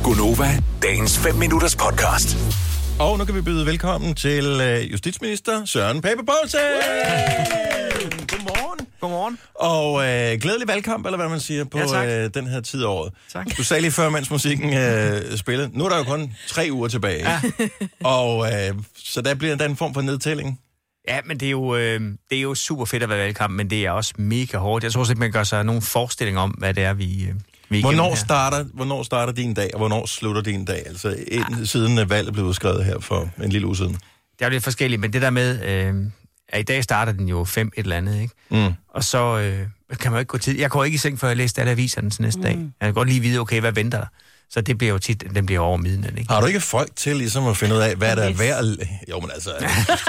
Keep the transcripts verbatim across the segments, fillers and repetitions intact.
Gunova, dagens fem minutters podcast. Og nu kan vi byde velkommen til øh, justitsminister Søren Pape Poulsen. Godmorgen. Godmorgen. Og øh, glædelig valgkamp, eller hvad man siger, på ja, øh, den her tid af året. Tak. Du sagde lige før, mens musikken øh, spillede. Nu er der jo kun tre uger tilbage. Ja. Og øh, så der bliver der en form for nedtælling. Ja, men det er, jo, øh, det er jo super fedt at være valgkamp, men det er også mega hårdt. Jeg tror ikke, man gør sig nogen forestilling om, hvad det er, vi, øh, vi hvornår starter, hvornår starter din dag, og hvornår slutter din dag? Altså inden, ja. siden valget blev udskrevet her for en lille uge siden. Det er jo lidt forskelligt, men det der med, øh, at i dag starter den jo fem et eller andet, ikke? Mm. Og så øh, kan man jo ikke gå tid. Jeg går ikke i seng, før jeg læser alle aviserne til næste mm. dag. Jeg kan godt lige vide, okay, hvad venter der? Så det bliver jo tit, den bliver over midnat, ikke? Har du ikke folk til ligesom at finde ud af, hvad der er værd? Jo, men altså,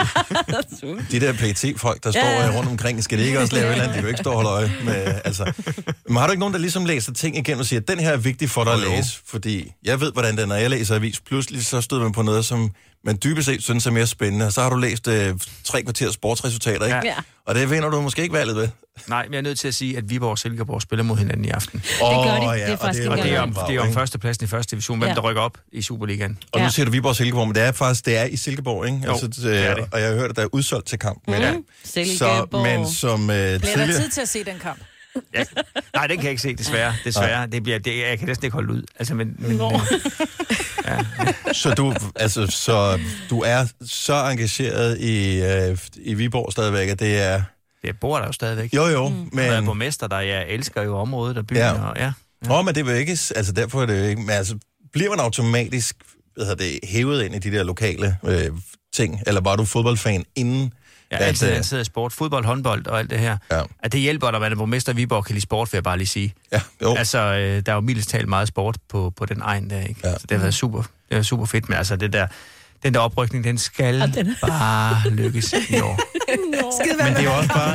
de der P E T-folk, der står ja. rundt omkring, skal de ikke også lave et eller andet? De kan jo ikke stå og holde øje med, altså. Men har du ikke nogen, der ligesom læser ting igen og siger, at den her er vigtig for dig at læse? Fordi jeg ved, hvordan den er, når jeg læser avis. Pludselig så støder man på noget, som man dybest set synes er mere spændende. Og så har du læst øh, tre kvarters sportsresultater, ikke? Ja. Og det vinder du måske ikke valget ved. Nej, men jeg er nødt til at sige, at Viborg og Silkeborg spiller mod hinanden i aften. Oh, det gør de. Ja, det er faktisk og det er om, det er om førstepladsen i første division, hvem ja. der rykker op i Superligaen. Og nu siger du Viborg og Silkeborg, men det er faktisk det er i Silkeborg, ikke? Jo, altså, det er det. Og jeg har hørt, at der er udsolgt til kampen. Mm. Ja. Silkeborg. Så, men som uh, Bliver tidligere... der tid til at se den kamp? Ja. Nej, den kan jeg ikke se, desværre. desværre. Det bliver, det, jeg kan næsten ikke holde ud. Altså, men, men, men, ja. Så du, altså, så du er så engageret i, uh, i Viborg stadigvæk, at det er... Jeg bor der jo stadigvæk. Jo, jo, mm. men... Jeg er borgmester der, jeg elsker jo området og byen. Ja. Og, ja. Åh, oh, men det vil ikke... Altså, derfor er det jo ikke... Men altså, bliver man automatisk hvad hedder det, hævet ind i de der lokale øh, ting? Eller var du fodboldfan inden... Ja, altid jeg sidder i sport. Fodbold, håndbold og alt det her. Ja. At det hjælper, når man er borgmester i Viborg, kan lide sport, vil jeg bare lige sige. Ja, jo. Altså, øh, der er jo mildest talt meget sport på, på den egen der, ikke? Ja. Så det har været super, det har super fedt, men altså det der... Den der oprykning, den skal den... bare lykkes i år. Men det er jo også bare...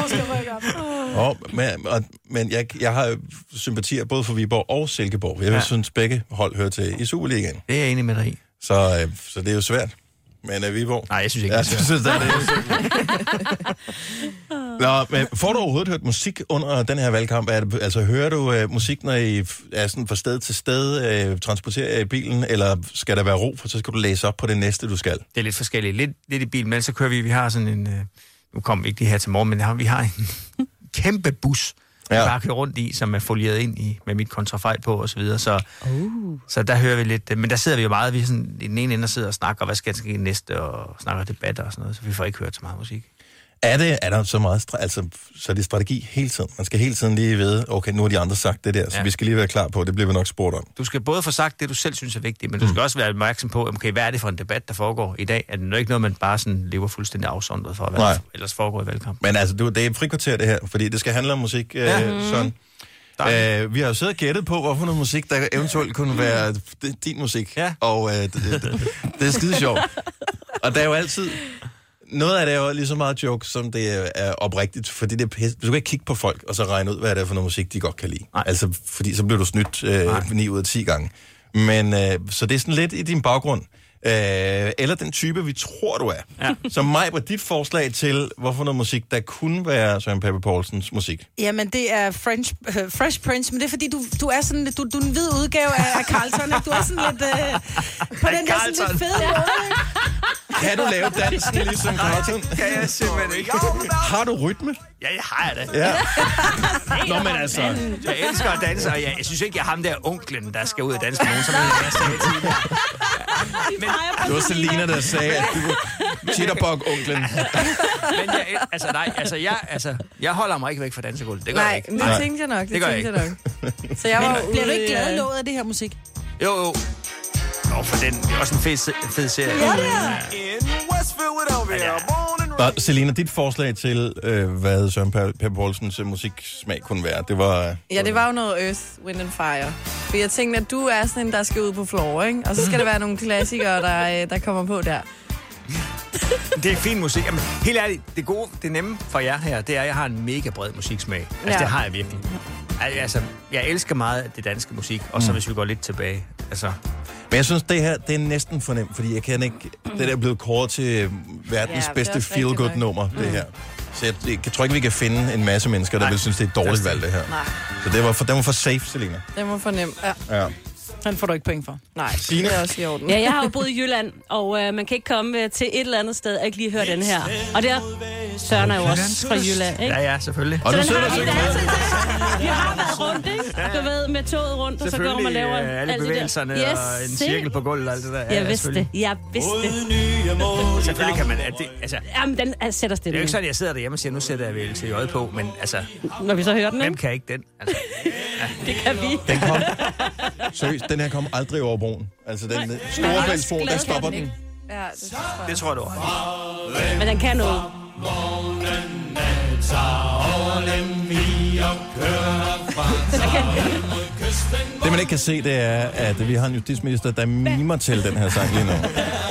oh, men og, men jeg, jeg har sympatier både for Viborg og Silkeborg. Jeg ja. synes, begge hold hører til i Superligaen. Det er jeg enig med dig i. Så, så det er jo svært. Men er Viborg... Nej, jeg synes ikke, ja, det er svært. Synes, det er det. Nå, men får du overhovedet hørt musik under den her valgkamp? Er det, altså, hører du uh, musik, når I er sådan fra sted til sted, uh, transporterer i bilen, eller skal der være ro, for så skal du læse op på det næste, du skal? Det er lidt forskelligt. Lidt, lidt i bilen, men så kører vi, vi har sådan en... Uh, nu kommer vi ikke lige her til morgen, men vi har en kæmpe bus, vi ja. bare kører rundt i, som er folieret ind i, med mit kontrafejl på og så videre. Så, uh. så der hører vi lidt... Men der sidder vi jo meget, vi er sådan, i den ene ende og sidder og snakker, hvad skal der ske næste, og snakker debatter og sådan noget, så vi får ikke hørt så meget musik. Er det, er der så meget, altså, så er det strategi hele tiden? Man skal hele tiden lige vide, okay, nu har de andre sagt det der, så ja. vi skal lige være klar på, det bliver vi nok spurgt om. Du skal både få sagt det, du selv synes er vigtigt, men du skal mm. også være opmærksom på, okay, hvad er det for en debat, der foregår i dag? Er det ikke noget, man bare sådan lever fuldstændig afsondret for, hvad der ellers foregår i valgkamp? Men altså, det er frikvarter det her, fordi det skal handle om musik, ja. øh, sådan. Uh, vi har jo siddet og gættet på, hvorfor noget musik, der eventuelt kunne være din musik, ja. og uh, det, det, det er skide sjovt. Og der er jo altid... Noget af det er jo lige så meget joke, som det er oprigtigt, fordi det er pisse. Du kan ikke kigge på folk, og så regne ud, hvad det er for noget musik, de godt kan lide. Nej. Altså, fordi så bliver du snydt øh, ni ud af ti gange. Men, øh, så det er sådan lidt i din baggrund. Øh, eller den type, vi tror, du er. Ja. Så Maj, på dit forslag til, hvorfor noget musik, der kunne være Søren Pape Poulsens musik? Jamen, det er French, uh, Fresh Prince, men det er fordi, du, du er sådan du, du er en hvid udgave af, af Carlton, ikke? Du er sådan lidt... Uh, på den der sådan lidt fede måde, Kan du lave dansen ligesom Carlton? Kan jeg simpelthen ikke. Har du rytme? Ja, jeg har det. Ja. Nå, men altså, jeg elsker at danse, og jeg, jeg synes ikke, jeg er ham der onklen, der skal ud og danse med nogen, som jeg sagde tidligere. Men det var Selina, der sagde, at du var Chitterbug-onklen. Men jeg, altså, nej, altså, jeg, altså, jeg holder mig ikke væk fra dansegulvet. Det gør nej, jeg ikke. det nej, det tænkte jeg nok. Det, det gør jeg ikke. Jeg nok. Så jeg var men, bliver du ikke glad noget af det her musik? Jo, jo. Nå, for den, det er også en fed, fed serie. Ja, det er. Nå, Selina, dit forslag til, øh, hvad Søren Pape Poulsens musiksmag kunne være, det var... Øh, ja, det var jo noget Earth, Wind and Fire. For jeg tænkte, at du er sådan en, der skal ud på floor, ikke? Og så skal der være nogle klassikere, der, der kommer på der. Det er fin musik. Jamen, helt ærligt, det gode, det nemme for jer her, det er, at jeg har en mega bred musiksmag. Altså, ja. det har jeg virkelig. Altså, jeg elsker meget det danske musik, og så mm. hvis vi går lidt tilbage. Altså... Men jeg synes, det her, det er næsten for nemt, fordi jeg kan ikke... Det der er blevet kåret til verdens ja, bedste feel-good-nummer, det her. Så jeg, jeg tror ikke, vi kan finde en masse mennesker, der Nej. vil synes, det er et dårligt valg, det her. Nej. Så det var for, den var for safe, Selina. Den var for nem, ja. ja. Den får du ikke point for. Nej, Signe? det er også i orden. Ja, jeg har jo boet i Jylland, og øh, man kan ikke komme øh, til et eller andet sted og ikke lige høre den her. Og der Søren er jo også fra Jylland, ikke? Ja, ja, selvfølgelig. Og Så du den sidder har og vi synger danset med. til. Vi har været rundt, ikke? Du ved, med toget rundt, og så går man og laver øh, alle alt det der. bevægelserne Yes, og en se. cirkel på gulvet og alt det der. Ja, Jeg vidste det. Jeg vidste det. Selvfølgelig kan man... At det, altså, det Jamen, den altså, sætter er jo stemningen. ikke sådan, at jeg sidder derhjemme og siger, nu sætter jeg vel til øjet på, men altså, Når vi så hører den, hvem ikke? kan ikke den? Altså, Det kan vi. Den kom, seriøst, den her kom aldrig over broen. Altså, den store fældsbro, der stopper den. Ja, det tror jeg. det tror jeg, du har. Men den kan noget. Det, man ikke kan se, det er, at vi har en justitsminister, der mimer til den her sang lige nu.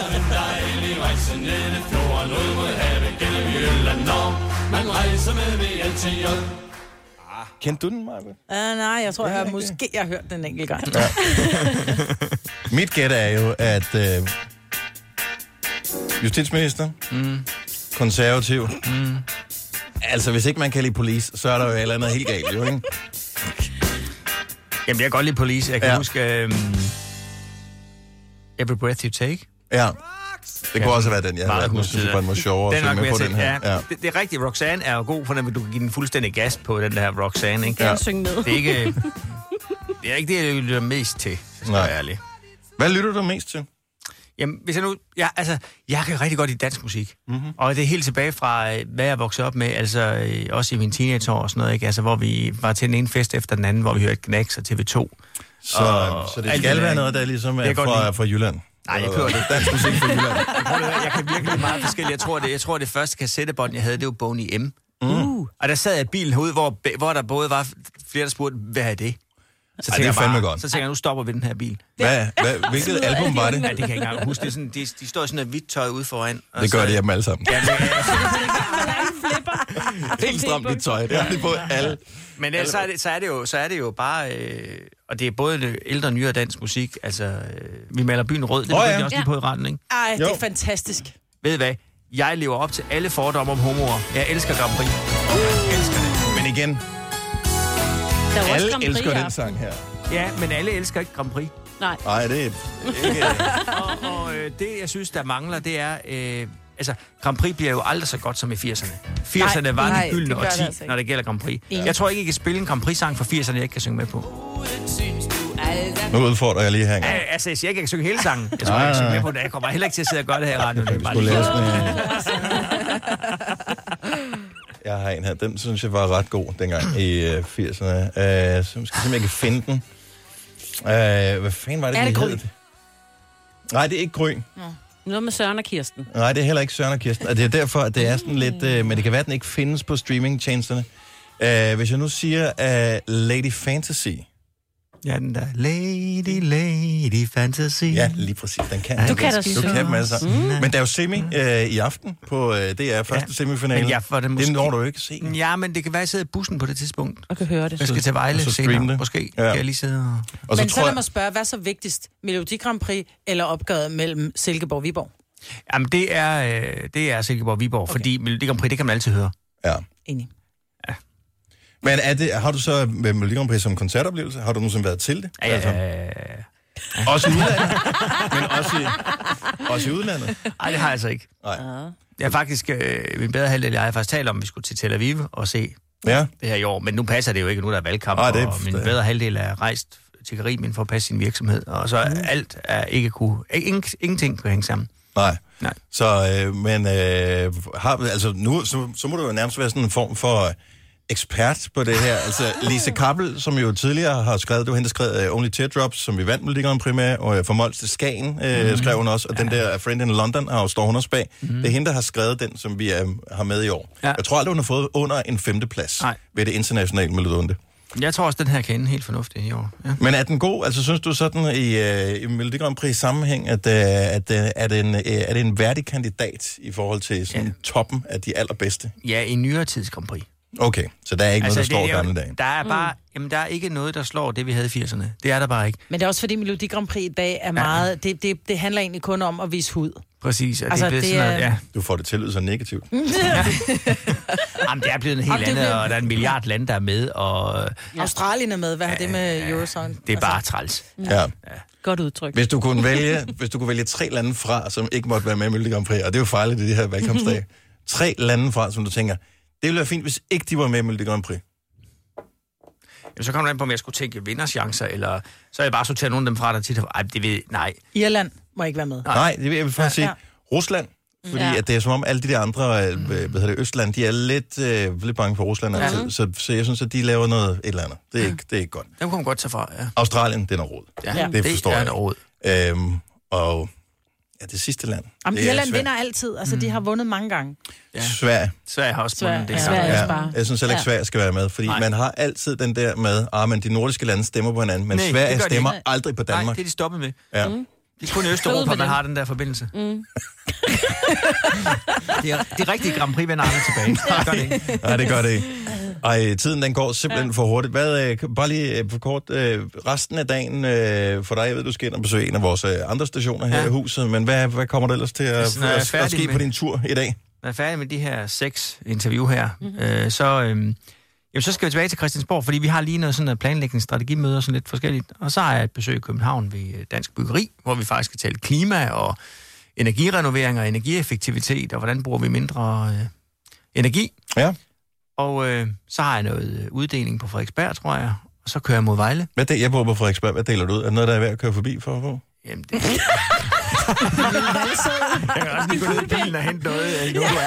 Kendte du den, Maja? Uh, nej, jeg tror, jeg måske jeg har hørt den enkelt gang. Ja. Mit gæt er jo, at øh, justitsminister, mm. konservativ, mm. altså hvis ikke man kan lide Police, så er der jo et eller andet helt galt, jo, ikke? Jamen, jeg kan godt lide Police. Jeg kan Ja. ja. huske... Um, Every Breath You Take. Ja. Det kunne også have været den, jeg Meget havde. Nu synes jeg bare, den var sjovere at Den er synge nok med på mere den her. ja. Det, det er rigtigt. Roxanne er jo god, for den, du kan give den fuldstændig gas på, den der Roxanne, ikke? Kan ja. synge med. Det er ikke det, er ikke det jeg lytter mest til, så skal Nej. jeg være ærlig. Hvad lytter du mest til? Jamen, hvis jeg nu... Jeg, altså, jeg kan rigtig godt lide dansk musik. Mm-hmm. Og det er helt tilbage fra, øh, hvad jeg voksede op med, altså øh, også i mine teenageår og sådan noget, ikke? Altså, hvor vi var til den ene fest efter den anden, hvor vi hørte Gnax og T V to. Så, Og så det alt skal det være der, noget, der ligesom er jeg kan godt fra, lide. fra Jylland? Nej, jeg kører det. Dansk musik fra Jylland. Prøv at høre, jeg kan virkelig meget forskelligt. Jeg tror, det, jeg tror, det første kassettebånd, jeg havde, det var Boney M. Mm. Uh. Og der sad jeg i bilen herude, hvor, hvor der både var flere, der spurgte, hvad er det? Så Ej, det er jeg fandme bare, godt. Så tænker jeg, nu stopper vi den her bil. Hvad, hvad, hvilket album var det? Ja, det kan jeg ikke engang huske. Det er sådan, de, de står i sådan noget hvidt tøj ude foran. Og Det gør så, det hjemme alle sammen. Ja, men, Helt stramt dit tøj. Det har de på alle. men ellers, så, er det, så, er det jo, så er det jo bare... Øh, og det er både ældre og nyere dansk musik. Altså, øh, vi maler byen rød. Det er Åh, oh, ja. ja. også lige på i retten, ikke? Ej, det Jo. er fantastisk. Ved I hvad? Jeg lever op til alle fordomme om homoer. Jeg elsker Grand Prix. Jeg elsker det. Men igen, Der er jo også alle Grand Prix elsker i den aften. sang her. Ja, men alle elsker ikke Grand Prix. Nej. Nej, det er ikke... Og, og øh, det, jeg synes, der mangler, det er... Øh, altså, Grand Prix bliver jo aldrig så godt som i firserne. firserne var nej, den gyldne det gør det årti, altså ikke. når det gælder Grand Prix. Enig. Jeg tror ikke, I kan spille en Grand Prix-sang fra firserne, jeg ikke kan synge med på. Nu udfordrer jeg lige her engang. Ja, altså, jeg siger ikke, at jeg kan synge hele sangen. Jeg tror, Nej, jeg kan synge nej. med på det. Jeg kommer heller ikke til at sidde og gøre det her i radioen. Det er bare Skulle lige- lave sådan en... Jeg har en her. Den synes jeg var ret god dengang i øh, firserne. Uh, så skal se, om jeg kan finde den. Uh, hvad fanden var det, Er det den Grøn? hed? Nej, det er ikke Grøn. Noget med Søren og Kirsten. Nej, det er heller ikke Søren og Kirsten. Og det er derfor, at det er sådan lidt... Uh, men det kan være, at den ikke findes på streamingtjenesterne. Uh, hvis jeg nu siger uh, Lady Fantasy. Ja, den der Lady, Lady Fantasy. Ja, lige præcis. Den kan. Du kan da Du synge. kan dem altså. Mm. Men der er jo semi øh, i aften på øh, D R første Ja. semifinale. Men jeg får det måske- Det når du jo ikke se. Ja, men det kan være, at jeg sidder i bussen på det tidspunkt. Og kan høre det. Jeg skal til Vejle og så senere. streame det. Måske Ja. kan jeg lige sidde og... Og så Men så tror lad jeg, mig spørge, hvad er så vigtigst? Melodi Grand Prix eller opgøret mellem Silkeborg og Viborg? Jamen, det er, øh, det er Silkeborg Viborg, okay. Fordi Melodi Grand Prix, det kan man altid høre. ja. Enig. Men er det, har du så med Melodi Grand Prix som koncertoplevelse? Har du nogensinde været til det? Altså, Øh, også i udlandet? Men også i, også i udlandet? Ej, det har jeg altså ikke. Nej. Jeg har faktisk, øh, min bedre halvdel, jeg har faktisk talt om, at vi skulle til Tel Aviv og se Ja. det her i år. Men nu passer det jo ikke, nu der er valgkamp, Ej, det er- og min det- bedre halvdel er rejst til Karibien for at passe sin virksomhed. Og så mm. alt er ikke kunne... Ingen, ingenting kunne hænge sammen. Nej. Nej. Så, øh, men øh, har, altså, nu, så, så må du jo nærmest være sådan en form for øh, ekspert på det her. Altså, Lise Kappel, som jo tidligere har skrevet, du har hende skrevet uh, Only Teardrops, som vi vandt Melodi Grand Prix med, og uh, for Mols til Skagen uh, mm. skrev hun også, og ja. den der A Friend in London har jo står hun også bag. Mm. Det er hende, der har skrevet den, som vi uh, har med i år. Ja. Jeg tror aldrig, hun har fået under en femteplads Nej. ved det internationale Melodi. Jeg tror også, den her kan ende helt fornuftigt i år. Ja. Men er den god? Altså, synes du sådan i, uh, i Melodi Grand Prix sammenhæng, at, uh, at uh, er, det en, uh, er det en værdig kandidat i forhold til sådan Ja. toppen af de allerbedste? Ja, i nyere tids Grand Prix. Okay, så der er ikke altså, noget, der slår det er jo- gamle dage. Der er bare, mm. jamen, der er ikke noget, der slår det, vi havde i firserne. Det er der bare ikke. Men det er også fordi Melodi Grand Prix i dag er meget... Det, det, det handler egentlig kun om at vise hud. Præcis, og Altså, det er blevet det sådan noget, er- ja. Du får det til at lyde så negativt. Jamen, det er blevet noget helt Jamen, det andet, bliver- og der er en milliard lande, der er med, og Australien er med. Hvad har det med Eurozone? det er bare træls. Ja. Godt udtryk. Hvis du kunne vælge, hvis du kunne vælge tre lande fra, som ikke måtte være med i Melodi Grand Prix, og det er jo farligt i de her valgkampsdage. Tre lande fra, som du tænker, det ville være fint, hvis ikke de var med i Melodi Grand Prix. Jamen, så kommer det an på, om jeg skulle tænke vinderchancer, eller så er jeg bare sorteret nogle af dem fra, der tit har... Ej, det ved nej. Irland må ikke være med. Nej, Nej det vil jeg vil faktisk Ja, sige. ja. Rusland. Fordi Ja. at det er som om alle de der andre, øh, hvad hedder det, Østland, de er lidt, øh, lidt bange for Rusland. Ja. Altså, så, så jeg synes, at de laver noget et eller andet. Det er ikke, det er ikke godt. Dem kunne man godt tage fra, ja. Australien, det er noget råd. Ja, det forstår er jeg. et råd. Øhm, og ja, det sidste land. Jamen, det er Irland Sverige. vinder altid. Altså, de har vundet mange gange. Ja. Sverige. Sverige har også Sverige, vundet det. ja. samme. Sverige. Ja, bare. jeg synes heller ikke, Ja. Sverige skal være med, fordi Nej. man har altid den der med, at man, de nordiske lande stemmer på hinanden, men Nej, det Sverige gør de stemmer ikke. aldrig på Nej, Danmark. det er de stoppet med. Ja. Det er kun i Østeuropa, man har den der forbindelse. Mm. det, er, det er rigtige Grand Prix-venner aldrig tilbage. Det gør det ikke. Nej, det gør det ikke. Ej, tiden den går simpelthen ja. for hurtigt. Hvad, øh, bare lige øh, for kort, øh, resten af dagen øh, for dig, jeg ved, du skal ind og besøge en af vores øh, andre stationer her Ja. i huset, men hvad, hvad kommer der ellers til at, Hvis, når jeg er at, at færdig ske med- på din tur i dag? Når jeg er færdig med de her seks interview her, mm-hmm. øh, så, øh, jamen, så skal vi tilbage til Christiansborg, fordi vi har lige noget sådan noget planlægningsstrategimøder og sådan lidt forskelligt. Og så har jeg et besøg i København ved øh, Dansk Byggeri, hvor vi faktisk skal tale klima og energirenovering og energieffektivitet, og hvordan bruger vi mindre øh, energi. Ja. Og øh, så har jeg noget øh, uddeling på Frederiksberg, tror jeg, og så kører jeg mod Vejle. Hvad del, jeg bor på Frederiksberg. Hvad deler du ud? Er det noget, der er værd at køre forbi for at få? Jamen, det... jeg kan også lige gå ned i bilen og hente noget, øh, nu du er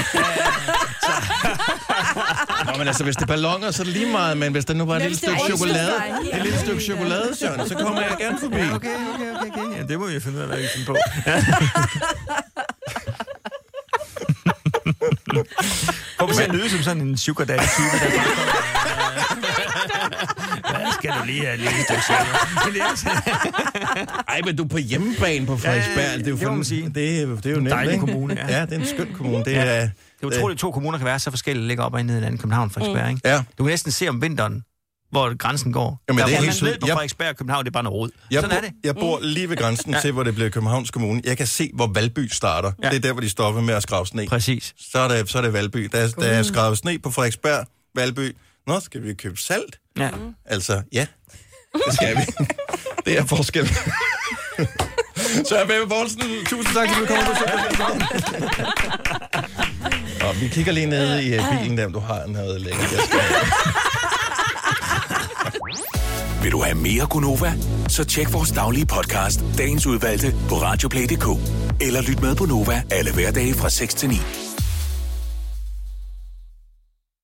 her. Nå, men altså, hvis det er ballonger, så er det lige meget, men hvis der nu var et Men lille hvis det er stykke chokolade, rundstykker, et lille stykke chokolade, Søren, så kommer jeg gerne forbi. Okay, okay, okay, okay. Ja, det må vi finde ud af, hvad vi finder på. Prøv at se at lyde som sådan en sugar daddy type, der bare kommer. Hvad skal du lige have, lille stykke sukker? Ej, men du er på hjemmebane på Frederiksberg. Ja, ja, ja, det er jo, det må for, man sige. det er, det er jo nemt, Dejlig ikke? kommune, ja. Ja, det er en skøn kommune. Det Ja. er, Det er utroligt, at to kommuner kan være så forskellige, ligger op og ned i landet, København og Frederiksberg, ikke? Ja. Du kan næsten se om vinteren, hvor grænsen går. Jamen, der, det er hvor helt man ved sygt. på Jeg- Frederiksberg og København, det er bare noget rod. Jeg, Sådan bor, er det. jeg bor lige ved grænsen Ja. til, hvor det bliver Københavns Kommune. Jeg kan se, hvor Valby starter. Ja. Det er der, hvor de stopper med at skrave sne. Præcis. Så er det, så er det Valby. Der, er- der er skravet sne på Frederiksberg, Valby. Nå, skal vi købe salt? Ja. Altså, ja. Det skal vi. Det er forskel. Så er Bebe Poulsen. Tusind tak, fordi du kommer på. Og vi kigger lige ned i uh, bilen, der om du har noget lækkert. Jeg skal... Vil du have mere Gunova? Så tjek vores daglige podcast, dagens udvalgte, på radioplay punktum d k. Eller lyt med på Nova alle hverdage fra seks til ni.